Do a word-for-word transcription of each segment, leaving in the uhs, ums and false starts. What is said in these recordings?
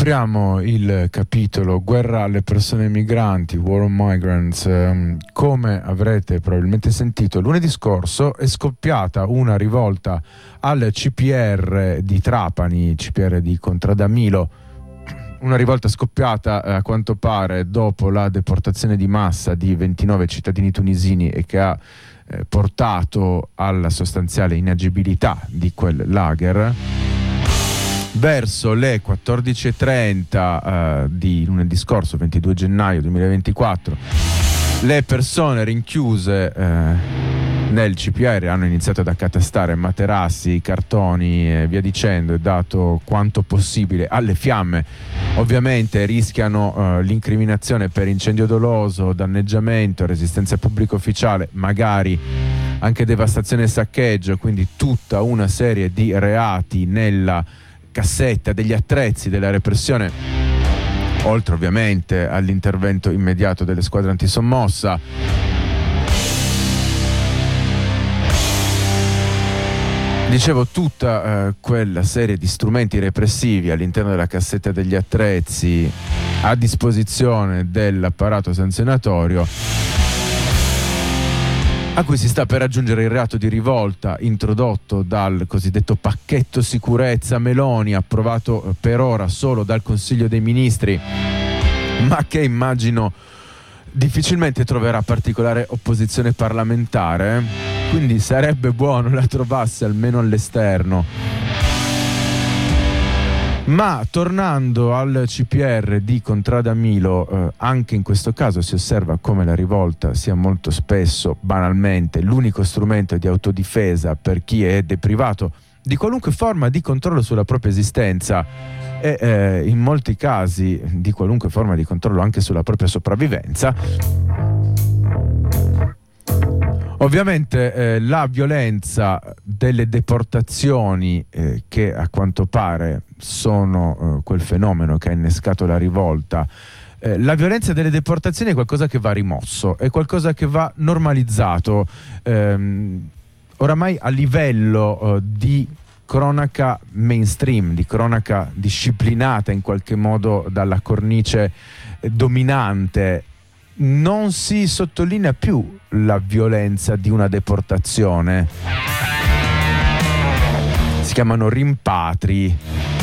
Apriamo il capitolo Guerra alle persone migranti, War on Migrants. Come avrete probabilmente sentito, lunedì scorso è scoppiata una rivolta al C P R di Trapani, C P R di Contradamilo. Una rivolta scoppiata a quanto pare dopo la deportazione di massa di ventinove cittadini tunisini e che ha eh, portato alla sostanziale inagibilità di quel lager. Verso le quattordici e trenta eh, di lunedì scorso, ventidue gennaio duemilaventiquattro, le persone rinchiuse eh, nel C P R hanno iniziato ad accatastare materassi, cartoni e via dicendo, e dato quanto possibile alle fiamme. Ovviamente rischiano eh, l'incriminazione per incendio doloso, danneggiamento, resistenza pubblica ufficiale, magari anche devastazione e saccheggio, quindi tutta una serie di reati nella cassetta degli attrezzi della repressione, oltre ovviamente all'intervento immediato delle squadre antisommossa. Dicevo, tutta eh, quella serie di strumenti repressivi all'interno della cassetta degli attrezzi a disposizione dell'apparato sanzionatorio, a cui si sta per aggiungere il reato di rivolta introdotto dal cosiddetto pacchetto sicurezza Meloni, approvato per ora solo dal Consiglio dei Ministri, ma che immagino difficilmente troverà particolare opposizione parlamentare, quindi sarebbe buono la trovasse almeno all'esterno. Ma tornando al C P R di Contradamilo, eh, anche in questo caso si osserva come la rivolta sia molto spesso, banalmente, l'unico strumento di autodifesa per chi è deprivato di qualunque forma di controllo sulla propria esistenza e eh, in molti casi di qualunque forma di controllo anche sulla propria sopravvivenza. Ovviamente eh, la violenza delle deportazioni, eh, che a quanto pare sono eh, quel fenomeno che ha innescato la rivolta, eh, la violenza delle deportazioni è qualcosa che va rimosso, è qualcosa che va normalizzato, ehm, oramai a livello eh, di cronaca mainstream, di cronaca disciplinata in qualche modo dalla cornice eh, dominante. Non si sottolinea più la violenza di una deportazione. Si chiamano rimpatri,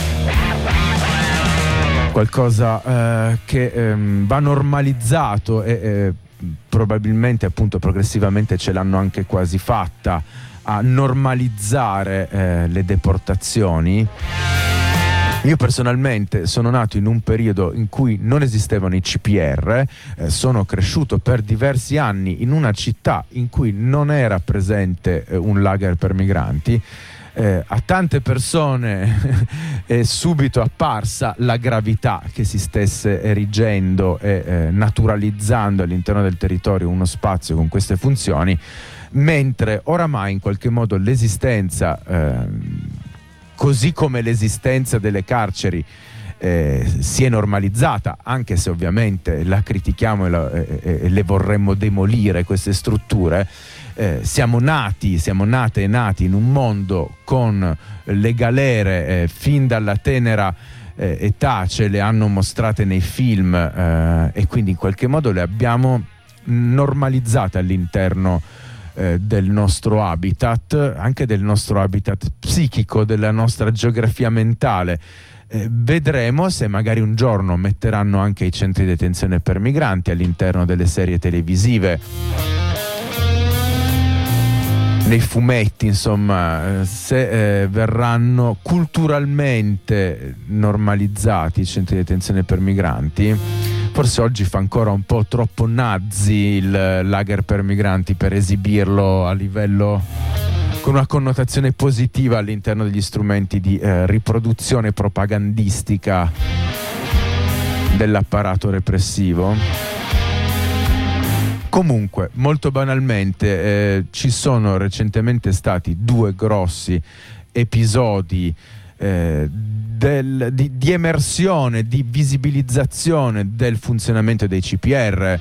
qualcosa eh, che ehm, va normalizzato e eh, probabilmente appunto progressivamente ce l'hanno anche quasi fatta a normalizzare eh, le deportazioni. Io personalmente sono nato in un periodo in cui non esistevano i C P R, eh, sono cresciuto per diversi anni in una città in cui non era presente eh, un lager per migranti. Eh, a tante persone è subito apparsa la gravità che si stesse erigendo e eh, naturalizzando all'interno del territorio uno spazio con queste funzioni, mentre oramai in qualche modo l'esistenza eh, così come l'esistenza delle carceri eh, si è normalizzata, anche se ovviamente la critichiamo e, la, e, e le vorremmo demolire queste strutture, eh, siamo nati, siamo nate e nati in un mondo con le galere eh, fin dalla tenera eh, età, ce le hanno mostrate nei film eh, e quindi in qualche modo le abbiamo normalizzate all'interno Eh, del nostro habitat, anche del nostro habitat psichico, della nostra geografia mentale. Eh, vedremo se magari un giorno metteranno anche i centri di detenzione per migranti all'interno delle serie televisive, nei fumetti, insomma, se eh, verranno culturalmente normalizzati i centri di detenzione per migranti. Forse oggi fa ancora un po' troppo nazi il lager per migranti per esibirlo a livello con una connotazione positiva all'interno degli strumenti di eh, riproduzione propagandistica dell'apparato repressivo. Comunque, molto banalmente, eh, ci sono recentemente stati due grossi episodi eh, del, di, di emersione, di visibilizzazione del funzionamento dei C P R.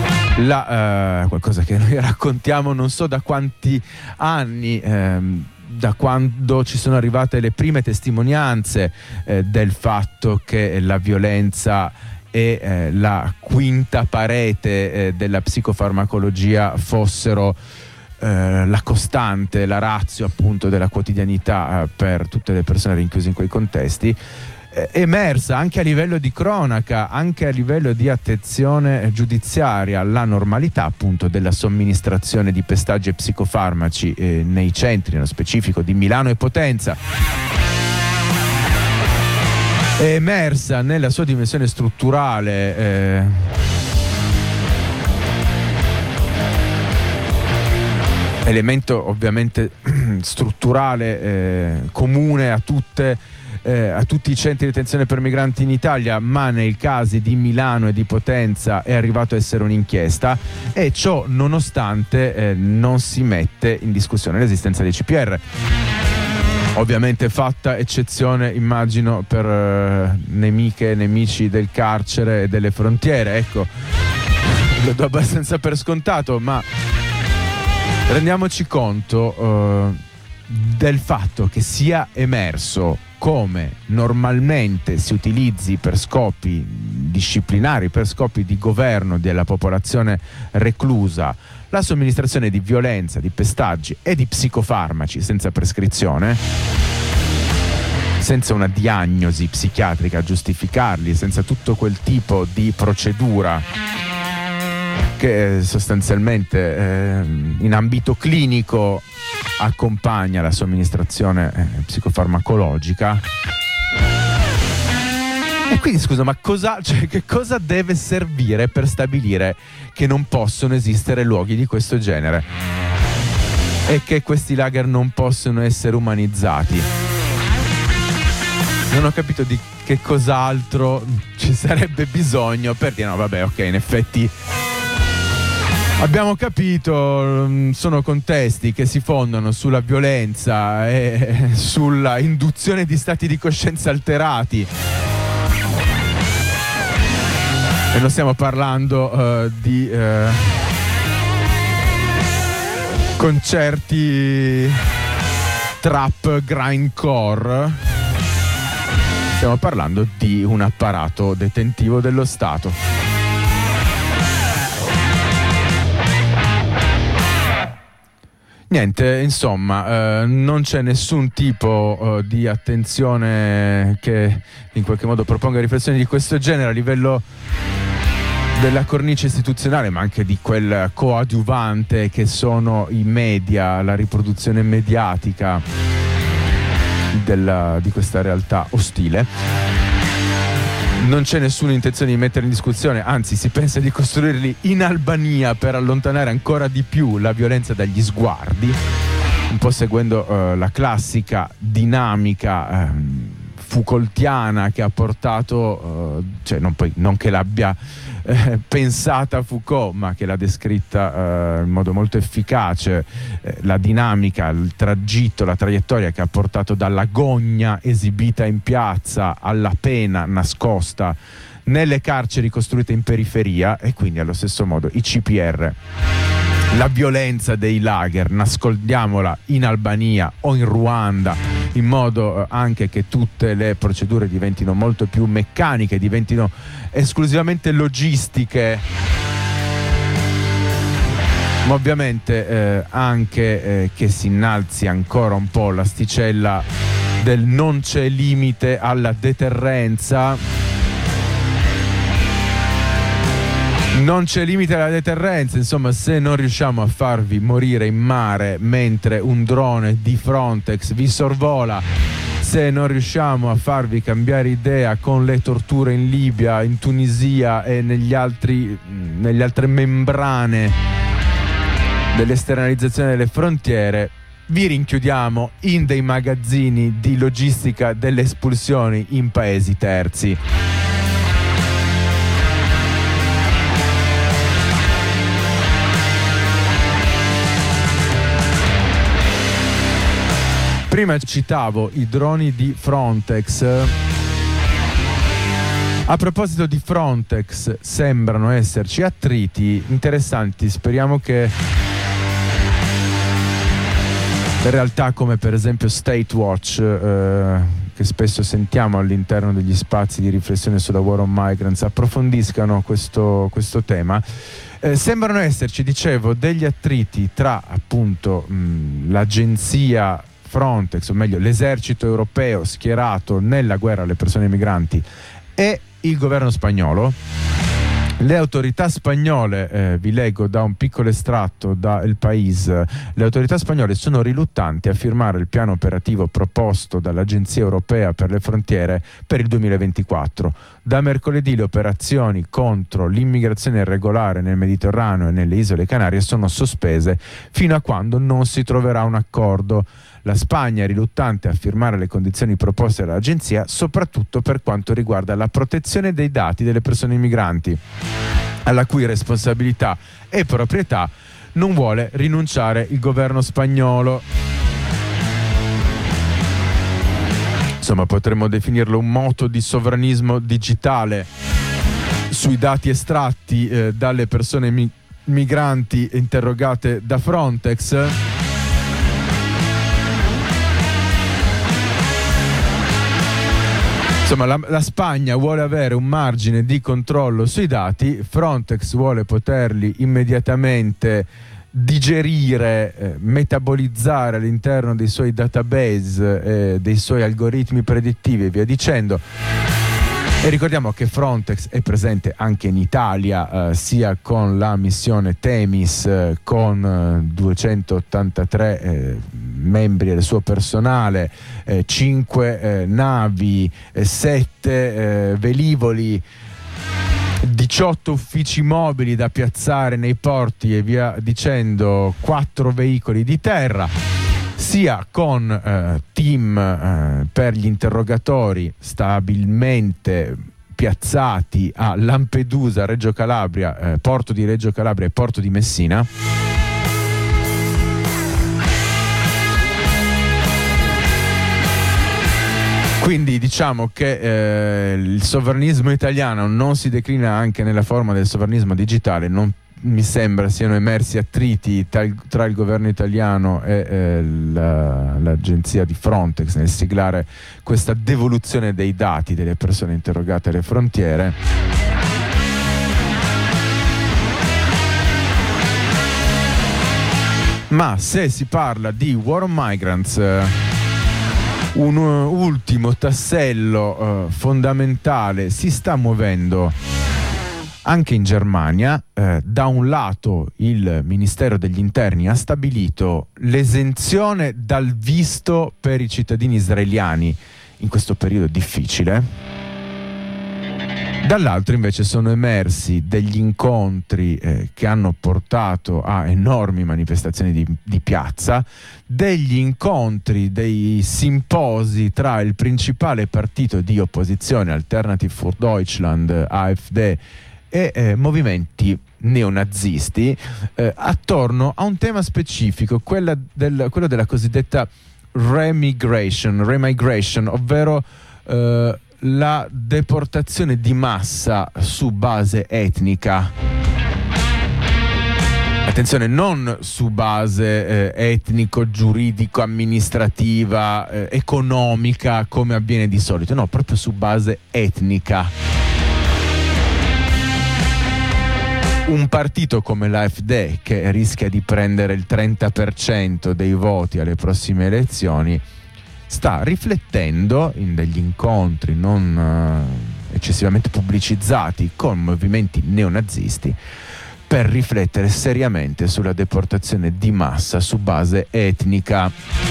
La, eh, qualcosa che noi raccontiamo non so da quanti anni, ehm, da quando ci sono arrivate le prime testimonianze eh, del fatto che la violenza e eh, la quinta parete eh, della psicofarmacologia fossero eh, la costante, la ratio appunto della quotidianità eh, per tutte le persone rinchiuse in quei contesti, eh, emersa anche a livello di cronaca, anche a livello di attenzione giudiziaria, la normalità appunto della somministrazione di pestaggi e psicofarmaci eh, nei centri, nello specifico di Milano e Potenza. È emersa nella sua dimensione strutturale eh, elemento ovviamente strutturale eh, comune a tutte eh, a tutti i centri di detenzione per migranti in Italia, ma nei casi di Milano e di Potenza è arrivato a essere un'inchiesta, e ciò nonostante eh, non si mette in discussione l'esistenza dei C P R. Ovviamente fatta eccezione, immagino, per uh, nemiche e nemici del carcere e delle frontiere, ecco, lo do abbastanza per scontato, ma rendiamoci conto uh, del fatto che sia emerso come normalmente si utilizzi per scopi disciplinari, per scopi di governo della popolazione reclusa, la somministrazione di violenza, di pestaggi e di psicofarmaci senza prescrizione, senza una diagnosi psichiatrica a giustificarli, senza tutto quel tipo di procedura che sostanzialmente eh, in ambito clinico accompagna la somministrazione eh, psicofarmacologica. E quindi scusa, ma cosa, cioè, che cosa deve servire per stabilire che non possono esistere luoghi di questo genere e che questi lager non possono essere umanizzati? Non ho capito di che cos'altro ci sarebbe bisogno per dire no, vabbè, ok, in effetti abbiamo capito, sono contesti che si fondano sulla violenza e sulla induzione di stati di coscienza alterati. E non stiamo parlando uh, di uh, concerti trap grindcore, stiamo parlando di un apparato detentivo dello Stato. Niente, insomma, eh, non c'è nessun tipo eh, di attenzione che in qualche modo proponga riflessioni di questo genere a livello della cornice istituzionale, ma anche di quel coadiuvante che sono i media, la riproduzione mediatica della, di questa realtà ostile. Non c'è nessuna intenzione di mettere in discussione, anzi si pensa di costruirli in Albania per allontanare ancora di più la violenza dagli sguardi, un po' seguendo uh, la classica dinamica uh, Foucaultiana che ha portato, uh, cioè non, poi, non che l'abbia uh, pensata Foucault, ma che l'ha descritta uh, in modo molto efficace, uh, la dinamica, il tragitto, la traiettoria che ha portato dalla gogna esibita in piazza alla pena nascosta nelle carceri costruite in periferia, e quindi allo stesso modo i C P R. La violenza dei lager nascondiamola in Albania o in Ruanda, in modo anche che tutte le procedure diventino molto più meccaniche, diventino esclusivamente logistiche, ma ovviamente eh, anche eh, che si innalzi ancora un po' l'asticella del non c'è limite alla deterrenza. Non c'è limite alla deterrenza, insomma, se non riusciamo a farvi morire in mare mentre un drone di Frontex vi sorvola, se non riusciamo a farvi cambiare idea con le torture in Libia, in Tunisia e negli altri, negli altre membrane dell'esternalizzazione delle frontiere, vi rinchiudiamo in dei magazzini di logistica delle espulsioni in paesi terzi. Prima citavo i droni di Frontex. A proposito di Frontex, sembrano esserci attriti interessanti. Speriamo che realtà come per esempio State Watch, eh, che spesso sentiamo all'interno degli spazi di riflessione sulla War on Migrants, approfondiscano questo, questo tema. Eh, sembrano esserci, dicevo, degli attriti tra appunto mh, l'agenzia Frontex, o meglio l'esercito europeo schierato nella guerra alle persone migranti, e il governo spagnolo. Le autorità spagnole, eh, vi leggo da un piccolo estratto da El País, le autorità spagnole sono riluttanti a firmare il piano operativo proposto dall'Agenzia Europea per le Frontiere per il duemilaventiquattro. Da mercoledì le operazioni contro l'immigrazione irregolare nel Mediterraneo e nelle isole Canarie sono sospese fino a quando non si troverà un accordo. La Spagna è riluttante a firmare le condizioni proposte dall'agenzia, soprattutto per quanto riguarda la protezione dei dati delle persone migranti, alla cui responsabilità e proprietà non vuole rinunciare il governo spagnolo. Insomma, potremmo definirlo un moto di sovranismo digitale sui dati estratti eh, dalle persone mi- migranti interrogate da Frontex. Insomma, la, la Spagna vuole avere un margine di controllo sui dati, Frontex vuole poterli immediatamente digerire, eh, metabolizzare all'interno dei suoi database, eh, dei suoi algoritmi predittivi e via dicendo. E ricordiamo che Frontex è presente anche in Italia, eh, sia con la missione Themis, eh, con eh, duecentottantatré eh, membri del suo personale, eh, cinque eh, navi, eh, sette eh, velivoli, diciotto uffici mobili da piazzare nei porti e via dicendo, quattro veicoli di terra, sia con eh, team eh, per gli interrogatori stabilmente piazzati a Lampedusa, Reggio Calabria, eh, porto di Reggio Calabria e porto di Messina. Quindi diciamo che eh, il sovranismo italiano non si declina anche nella forma del sovranismo digitale. Non mi sembra siano emersi attriti tra il, tra il governo italiano e eh, la, l'agenzia di Frontex nel siglare questa devoluzione dei dati delle persone interrogate alle frontiere. Ma se si parla di War on Migrants, un ultimo tassello eh, fondamentale si sta muovendo anche in Germania. Eh, da un lato il Ministero degli Interni ha stabilito l'esenzione dal visto per i cittadini israeliani in questo periodo difficile. Dall'altro invece sono emersi degli incontri eh, che hanno portato a enormi manifestazioni di, di piazza, degli incontri, dei simposi tra il principale partito di opposizione, Alternative für Deutschland, A F D, e eh, movimenti neonazisti eh, attorno a un tema specifico, quella del, quello della cosiddetta remigration, remigration, ovvero eh, la deportazione di massa su base etnica. Attenzione, non su base eh, etnico, giuridico, amministrativa, eh, economica, come avviene di solito, no, proprio su base etnica. Un partito come l'A F D, che rischia di prendere il trenta per cento dei voti alle prossime elezioni, sta riflettendo in degli incontri non uh, eccessivamente pubblicizzati con movimenti neonazisti per riflettere seriamente sulla deportazione di massa su base etnica.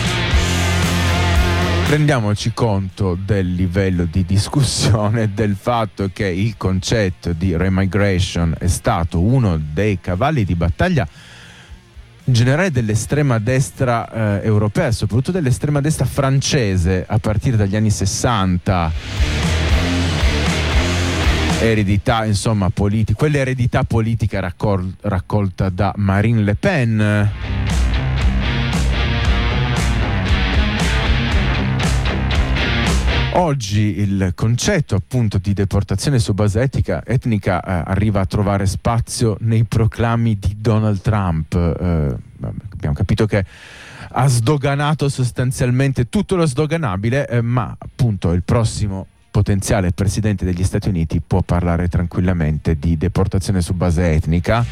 Rendiamoci conto del livello di discussione, del fatto che il concetto di remigration è stato uno dei cavalli di battaglia in generale dell'estrema destra eh, europea, soprattutto dell'estrema destra francese a partire dagli anni sessanta. Eredità, insomma, politica, quell'eredità politica raccol- raccolta da Marine Le Pen. Oggi il concetto appunto di deportazione su base etica, etnica eh, arriva a trovare spazio nei proclami di Donald Trump. Eh, abbiamo capito che ha sdoganato sostanzialmente tutto lo sdoganabile, eh, ma appunto il prossimo potenziale presidente degli Stati Uniti può parlare tranquillamente di deportazione su base etnica.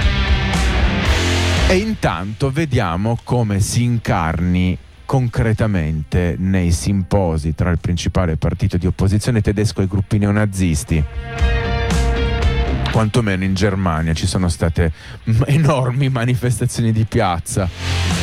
E intanto vediamo come si incarni concretamente nei simposi tra il principale partito di opposizione tedesco e i gruppi neonazisti. Quantomeno in Germania ci sono state enormi manifestazioni di piazza